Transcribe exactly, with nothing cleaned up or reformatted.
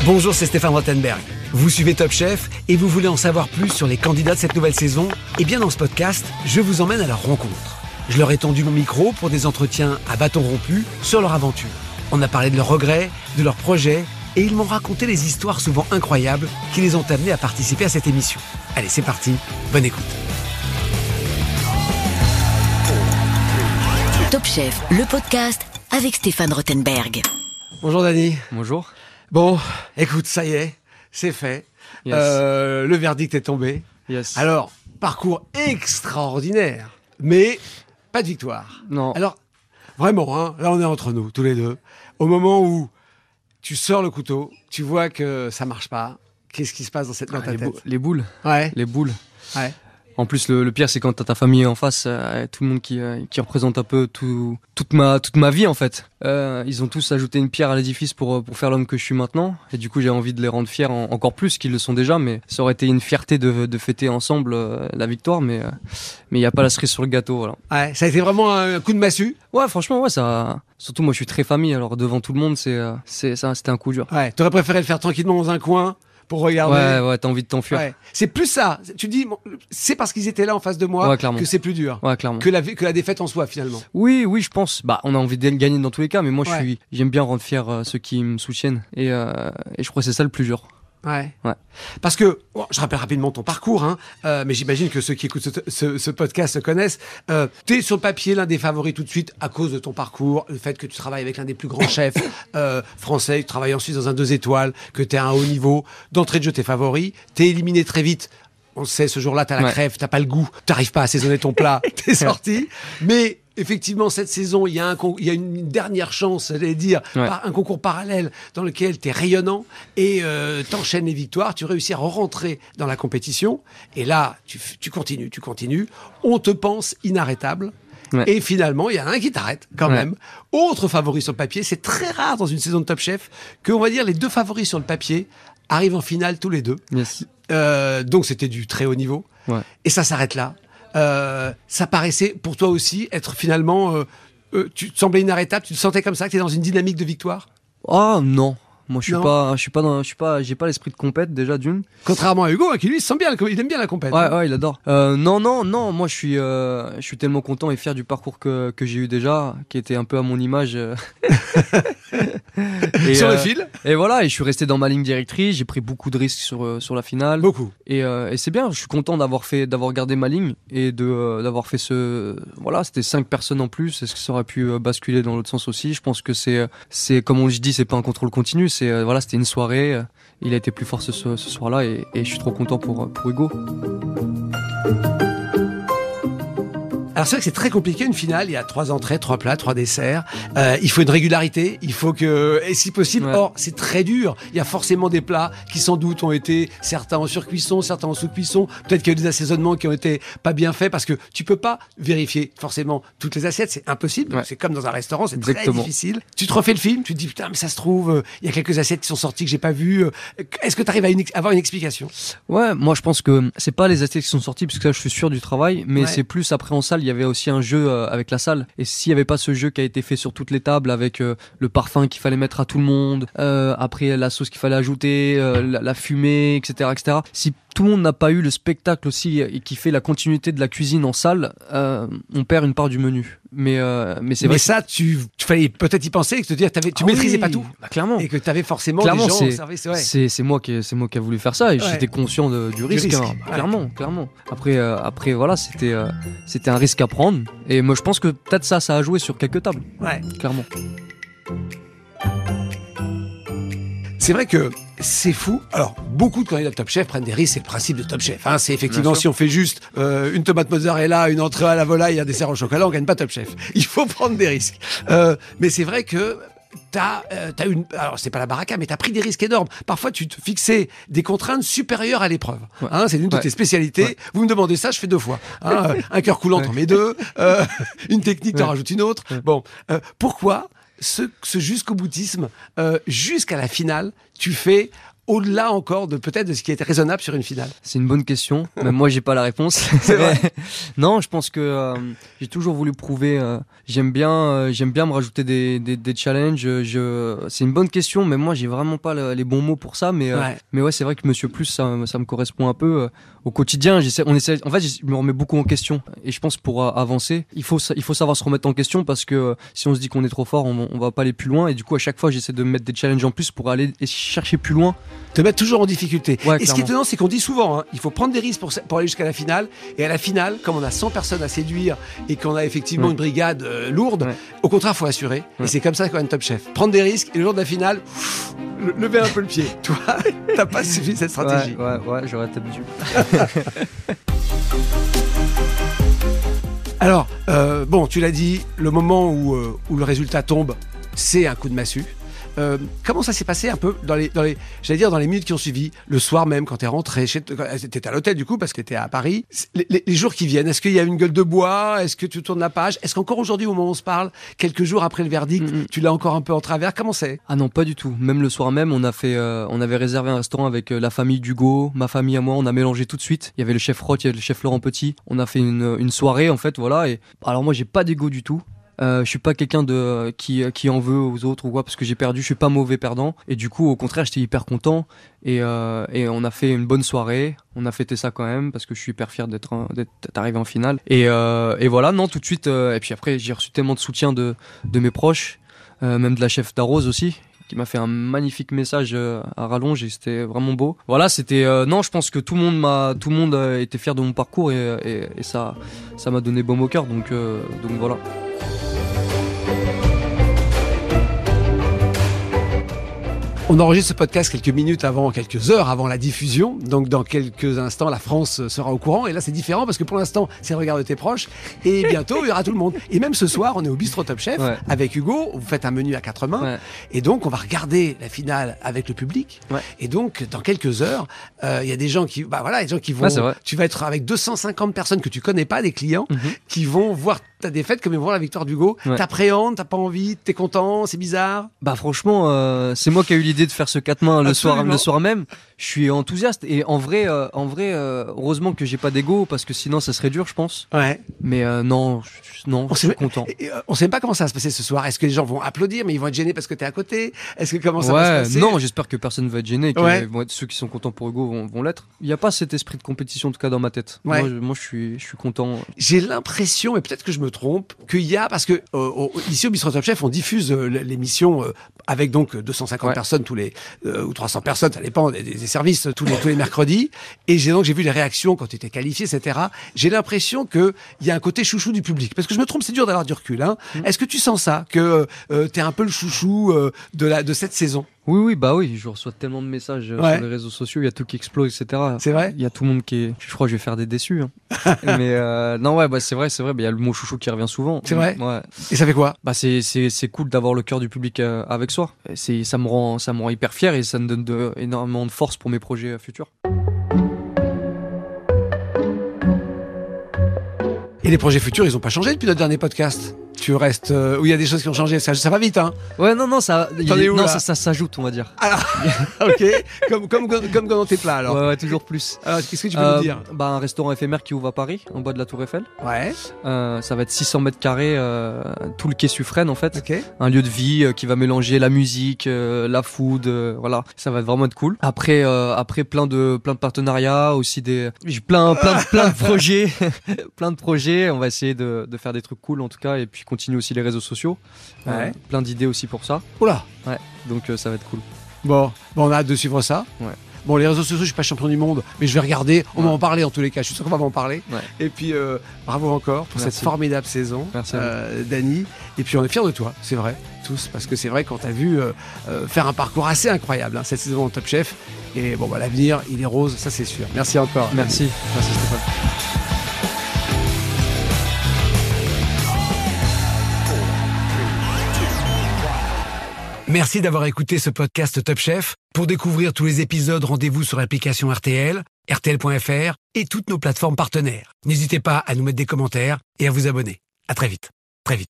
Bonjour, c'est Stéphane Rothenberg. Vous suivez Top Chef et vous voulez en savoir plus sur les candidats de cette nouvelle saison? Eh bien, dans ce podcast, je vous emmène à leur rencontre. Je leur ai tendu mon micro pour des entretiens à bâton rompu sur leur aventure. On a parlé de leurs regrets, de leurs projets, et ils m'ont raconté les histoires souvent incroyables qui les ont amenés à participer à cette émission. Allez, c'est parti, bonne écoute. Top Chef, le podcast avec Stéphane Rothenberg. Bonjour Dany. Bonjour. Bon, écoute, ça y est, c'est fait. Yes. Euh, le verdict est tombé. Yes. Alors, parcours extraordinaire, mais pas de victoire. Non. Alors, vraiment, hein, là on est entre nous, tous les deux. Au moment où tu sors le couteau, tu vois que ça marche pas, qu'est-ce qui se passe dans, cette, dans Ah, ta les, tête? bou- les boules. Ouais, Les boules. ouais. En plus, le, le pire, c'est quand t'as ta famille en face, euh, tout le monde qui, euh, qui représente un peu tout, toute ma, toute ma vie en fait. Euh, ils ont tous ajouté une pierre à l'édifice pour, pour faire l'homme que je suis maintenant. Et du coup, j'ai envie de les rendre fiers en- encore plus qu'ils le sont déjà. Mais ça aurait été une fierté de, de fêter ensemble euh, la victoire. Mais il euh, mais y a pas la cerise sur le gâteau, voilà. Ouais, ça a été vraiment un coup de massue. Ouais, franchement, ouais, ça. Surtout, moi, je suis très famille. Alors devant tout le monde, c'est, euh, c'est ça, c'était un coup dur. Ouais, t'aurais préféré le faire tranquillement dans un coin pour regarder. Ouais, ouais, t'as envie de t'enfuir. Ouais. C'est plus ça. Tu dis, bon, c'est parce qu'ils étaient là en face de moi Ouais, clairement. que c'est plus dur. Ouais, clairement. Que la, que la défaite en soi, finalement. Oui, oui, je pense. Bah, on a envie de gagner dans tous les cas, mais moi, Ouais. je suis, j'aime bien rendre fiers euh, ceux qui me soutiennent, et, euh, et je crois que c'est ça le plus dur. Ouais. Ouais. Parce que, bon, je rappelle rapidement ton parcours, hein, euh, mais j'imagine que ceux qui écoutent ce, ce, ce podcast se connaissent. Euh, tu es sur le papier l'un des favoris tout de suite à cause de ton parcours, le fait que tu travailles avec l'un des plus grands chefs euh, français, que tu travailles ensuite dans un deux étoiles, que tu es à un haut niveau. D'entrée de jeu, t'es favori. T'es éliminé très vite. On le sait, ce jour-là, t'as la Ouais. crève, t'as pas le goût, t'arrives pas à assaisonner ton plat, t'es sorti. Mais effectivement, cette saison, il y a, un con- il y a une dernière chance, j'allais dire, Ouais. par- un concours parallèle dans lequel t'es rayonnant et euh, t'enchaînes les victoires, tu réussis à rentrer dans la compétition. Et là, tu, f- tu continues, tu continues. On te pense inarrêtable. Ouais. Et finalement, il y en a un qui t'arrête quand Ouais. même. Autre favori sur le papier, c'est très rare dans une saison de Top Chef que, on va dire, les deux favoris sur le papier arrivent en finale tous les deux. Yes. Euh, donc c'était du très haut niveau. Ouais. Et ça s'arrête là. Euh, ça paraissait pour toi aussi être finalement... euh, euh, tu te semblais inarrêtable, tu te sentais comme ça, que tu es dans une dynamique de victoire? Oh non, moi je suis Non. pas, je suis pas dans, je suis pas, j'ai pas l'esprit de compète déjà d'une. Contrairement à Hugo, hein, qui lui, il se sent bien, il aime bien la compète. Ouais, ouais, il adore. Euh, non, non, non, moi je suis, euh, je suis tellement content et fier du parcours que, que j'ai eu déjà, qui était un peu à mon image. euh. et, Sur le euh, fil. Et voilà, et je suis resté dans ma ligne directrice, j'ai pris beaucoup de risques sur, euh, sur la finale. Beaucoup. Et, euh, et c'est bien, je suis content d'avoir fait, d'avoir gardé ma ligne et de euh, d'avoir fait ce, voilà, c'était cinq personnes en plus. Est-ce que ça aurait pu euh, basculer dans l'autre sens aussi? Je pense que c'est, c'est comme on le dit, c'est pas un contrôle continu. C'est euh, voilà, c'était une soirée. euh, Il a été plus fort ce, ce, ce soir-là et, et je suis trop content pour pour Hugo. Alors c'est vrai que c'est très compliqué une finale, il y a trois entrées, trois plats, trois desserts, euh, il faut une régularité, il faut que, et si possible, Ouais. or c'est très dur, il y a forcément des plats qui sans doute ont été certains en surcuisson, certains en sous-cuisson, peut-être qu'il y a eu des assaisonnements qui ont été pas bien faits parce que tu peux pas vérifier forcément toutes les assiettes, c'est impossible, Ouais. c'est comme dans un restaurant, c'est très Exactement. difficile. Tu te refais le film, tu te dis putain mais ça se trouve, euh, il y a quelques assiettes qui sont sorties que j'ai pas vues, euh, est-ce que tu arrives à une ex- avoir une explication? Ouais, moi je pense que c'est pas les assiettes qui sont sorties parce que là je suis sûr du travail, mais Ouais. c'est plus après en salle, il y avait aussi un jeu euh, avec la salle. Et s'il y avait pas ce jeu qui a été fait sur toutes les tables avec euh, le parfum qu'il fallait mettre à tout le monde, euh, après la sauce qu'il fallait ajouter, euh, la, la fumée, et cetera, et cetera. Si tout le monde n'a pas eu le spectacle aussi et qui fait la continuité de la cuisine en salle, euh, on perd une part du menu. Mais euh, mais c'est Mais vrai. ça, tu, tu fallait peut-être y penser, que te dire, t'avais, tu Ah maîtrisais oui, pas tout. bah, clairement. Et que tu avais forcément Clairement, des gens c'est- au service. Ouais. C'est c'est moi qui c'est moi qui a voulu faire ça et Ouais. j'étais conscient de- du risque, risque, hein. ouais. Clairement, clairement. Après euh, après voilà, c'était euh, c'était un risque à prendre et moi je pense que peut-être ça ça a joué sur quelques tables, Ouais. clairement. C'est vrai que c'est fou. Alors, beaucoup de candidats de Top Chef prennent des risques, c'est le principe de Top Chef. Hein. C'est effectivement, Bien sûr. si on fait juste euh, une tomate mozzarella, une entrée à la volaille et un dessert au chocolat, on gagne pas Top Chef. Il faut prendre des risques. Euh, mais c'est vrai que t'as, euh, t'as une, alors c'est pas la baraka, mais t'as pris des risques énormes. Parfois, tu te fixais des contraintes supérieures à l'épreuve. Ouais. Hein, c'est l'une de Ouais. tes spécialités. Ouais. Vous me demandez ça, je fais deux fois. Hein, euh, un cœur coulant, t'en mets deux. Euh, une technique, t'en Ouais. rajoutes une autre. Ouais. Bon, euh, pourquoi ce, ce jusqu'au boutisme, euh, jusqu'à la finale, tu fais au-delà encore de peut-être de ce qui était raisonnable sur une finale? C'est une bonne question. Même moi, j'ai pas la réponse. C'est vrai. Non, je pense que euh, j'ai toujours voulu prouver. Euh, j'aime bien, euh, j'aime bien me rajouter des, des, des challenges. Je, c'est une bonne question, mais moi, j'ai vraiment pas le, les bons mots pour ça. Mais, euh, Ouais. mais ouais, c'est vrai que Monsieur Plus, ça, ça me correspond un peu euh, au quotidien. J'essaie, on essaie. En fait, je me remets beaucoup en question. Et je pense pour euh, avancer, il faut, il faut savoir se remettre en question parce que euh, si on se dit qu'on est trop fort, on, on va pas aller plus loin. Et du coup, à chaque fois, j'essaie de me mettre des challenges en plus pour aller chercher plus loin. Te mettre toujours en difficulté. Ouais, et ce qui est clairement. étonnant, c'est qu'on dit souvent, hein, il faut prendre des risques pour, pour aller jusqu'à la finale. Et à la finale, comme on a cent personnes à séduire et qu'on a effectivement Ouais. une brigade euh, lourde, Ouais. au contraire, il faut assurer. Ouais. Et c'est comme ça qu'on est Top Chef. Prendre des risques et le jour de la finale, pff, le- lever un peu le pied. Toi, t'as pas suffi cette stratégie. Ouais, ouais, ouais, j'aurais peut-être dû. Alors, euh, bon, tu l'as dit, le moment où, euh, où le résultat tombe, c'est un coup de massue. Euh, comment ça s'est passé un peu dans les, dans les, j'allais dire dans les minutes qui ont suivi, le soir même quand t'es rentré, chez, t'étais à l'hôtel du coup parce que t'étais à Paris. Les, les, les jours qui viennent, est-ce qu'il y a une gueule de bois? Est-ce que tu tournes la page? Est-ce qu'encore aujourd'hui, au moment où on se parle, quelques jours après le verdict, Mm-mm. tu l'as encore un peu en travers? Comment c'est? Ah non, pas du tout. Même le soir même, on a fait, euh, on avait réservé un restaurant avec euh, la famille d'Hugo, ma famille à moi. On a mélangé tout de suite. Il y avait le chef Roth, il y avait le chef Laurent Petit. On a fait une, une soirée en fait, voilà. Et alors moi, j'ai pas d'ego du tout. Euh, je suis pas quelqu'un de qui qui en veut aux autres ou quoi parce que j'ai perdu. Je suis pas mauvais perdant et du coup au contraire j'étais hyper content et euh, et on a fait une bonne soirée. On a fêté ça quand même parce que je suis hyper fier d'être un- d'être arrivé en finale et euh, et voilà non tout de suite euh, et puis après j'ai reçu tellement de soutien de de mes proches, euh, même de la chef d'Arrose aussi qui m'a fait un magnifique message euh, à rallonge et c'était vraiment beau. Voilà, c'était euh, non, je pense que tout le monde m'a tout le monde euh, était fier de mon parcours et et, et ça ça m'a donné baume au cœur donc euh, donc voilà. On enregistre ce podcast quelques minutes avant, quelques heures avant la diffusion. Donc, dans quelques instants, la France sera au courant. Et là, c'est différent parce que pour l'instant, c'est le regard de tes proches. Et bientôt, il y aura tout le monde. Et même ce soir, on est au Bistrot Top Chef Ouais. avec Hugo. Vous faites un menu à quatre mains. Ouais. Et donc, on va regarder la finale avec le public. Ouais. Et donc, dans quelques heures, euh, il y a des gens qui, bah voilà, des gens qui vont, Ouais, c'est vrai. tu vas être avec deux cent cinquante personnes que tu connais pas, des clients, Mhm. qui vont voir ta défaite comme ils vont voir la victoire d'Hugo. Ouais. T'appréhendes, t'as pas envie, t'es content, c'est bizarre. Bah franchement, euh, c'est moi qui ai eu l'idée de faire ce quatre mains le soir, Absolument. le soir même. Je suis enthousiaste et en vrai, euh, en vrai, euh, heureusement que j'ai pas d'ego parce que sinon ça serait dur, je pense. Ouais. Mais euh, non, je, non, On je suis sait, content. et, euh, on sait même pas comment ça va se passer ce soir. Est-ce que les gens vont applaudir, mais ils vont être gênés parce que t'es à côté? Est-ce que comment ça va Ouais, se passer? non, j'espère que personne va être gêné, que Ouais. vont être- ceux qui sont contents pour Hugo vont, vont l'être. Il y a pas cet esprit de compétition en tout cas dans ma tête. Ouais. Moi, je, moi, je suis, je suis content. J'ai l'impression, mais peut-être que je me trompe, qu'il y a, parce que euh, au- ici au Bistrot Top Chef, on diffuse euh, l'émission euh, avec donc deux cent cinquante Ouais. personnes tous les euh, ou trois cents personnes, ça dépend des, des services tous les tous les mercredis. Et j'ai donc j'ai vu les réactions quand tu étais qualifié, et cetera. J'ai l'impression que il y a un côté chouchou du public, parce que je me trompe, c'est dur d'avoir du recul. Hein. Mm. Est-ce que tu sens ça, que euh, t'es un peu le chouchou euh, de la de cette saison? Oui, oui, bah oui, je reçois tellement de messages euh, Ouais. sur les réseaux sociaux, il y a tout qui explose, et cetera. C'est vrai? Il y a tout le monde qui est. Je crois que je vais faire des déçus. Hein. Mais euh, non, ouais, bah c'est vrai, c'est vrai. Bah, il y a le mot chouchou qui revient souvent. C'est vrai? Ouais. Et ça fait quoi? Bah c'est c'est c'est cool d'avoir le cœur du public euh, avec soi. Et C'est ça me rend ça me rend hyper fier et ça me donne de, énormément de force pour mes projets euh, futurs. Et les projets futurs, ils ont pas changé depuis notre dernier podcast. Tu restes euh, où il y a des choses qui ont changé. Ça, ça va vite, hein? Ouais, non, non, ça, il y a T'en des- es où, non, là ça, ça s'ajoute, on va dire. Ok. comme comme comme dans tes plats alors. Ouais, ouais, toujours plus. Alors, qu'est-ce que tu peux Euh, nous dire? bah un restaurant éphémère qui ouvre à Paris, en bas de la Tour Eiffel. Ouais. Euh, ça va être six cents mètres carrés, euh, tout le quai Suffren en fait. Ok. Un lieu de vie euh, qui va mélanger la musique, euh, la food, euh, voilà, ça va vraiment être cool. Après, euh, après plein de plein de partenariats, aussi des, j'ai plein plein de, plein de projets, plein de projets. On va essayer de, de faire des trucs cool en tout cas, et puis continuer aussi les réseaux sociaux. Euh, Ouais. plein d'idées aussi pour ça. Oula. Donc euh, ça va être cool. Bon, bon, on a hâte de suivre ça. Ouais. Bon, les réseaux sociaux, je suis pas champion du monde, mais je vais regarder. On va Ouais. en parler en tous les cas. Je suis sûr qu'on va en parler. Ouais. Et puis, euh, bravo encore pour Merci. cette formidable saison, Merci à euh, Dany. Et puis, on est fiers de toi, c'est vrai, tous, parce que c'est vrai qu'on t'a vu euh, euh, faire un parcours assez incroyable hein, cette saison en Top Chef. Et bon, bah, l'avenir, il est rose, ça c'est sûr. Merci encore. Merci, merci Stéphane. Merci d'avoir écouté ce podcast Top Chef. Pour découvrir tous les épisodes, rendez-vous sur l'application R T L, R T L point F R et toutes nos plateformes partenaires. N'hésitez pas à nous mettre des commentaires et à vous abonner. À très vite.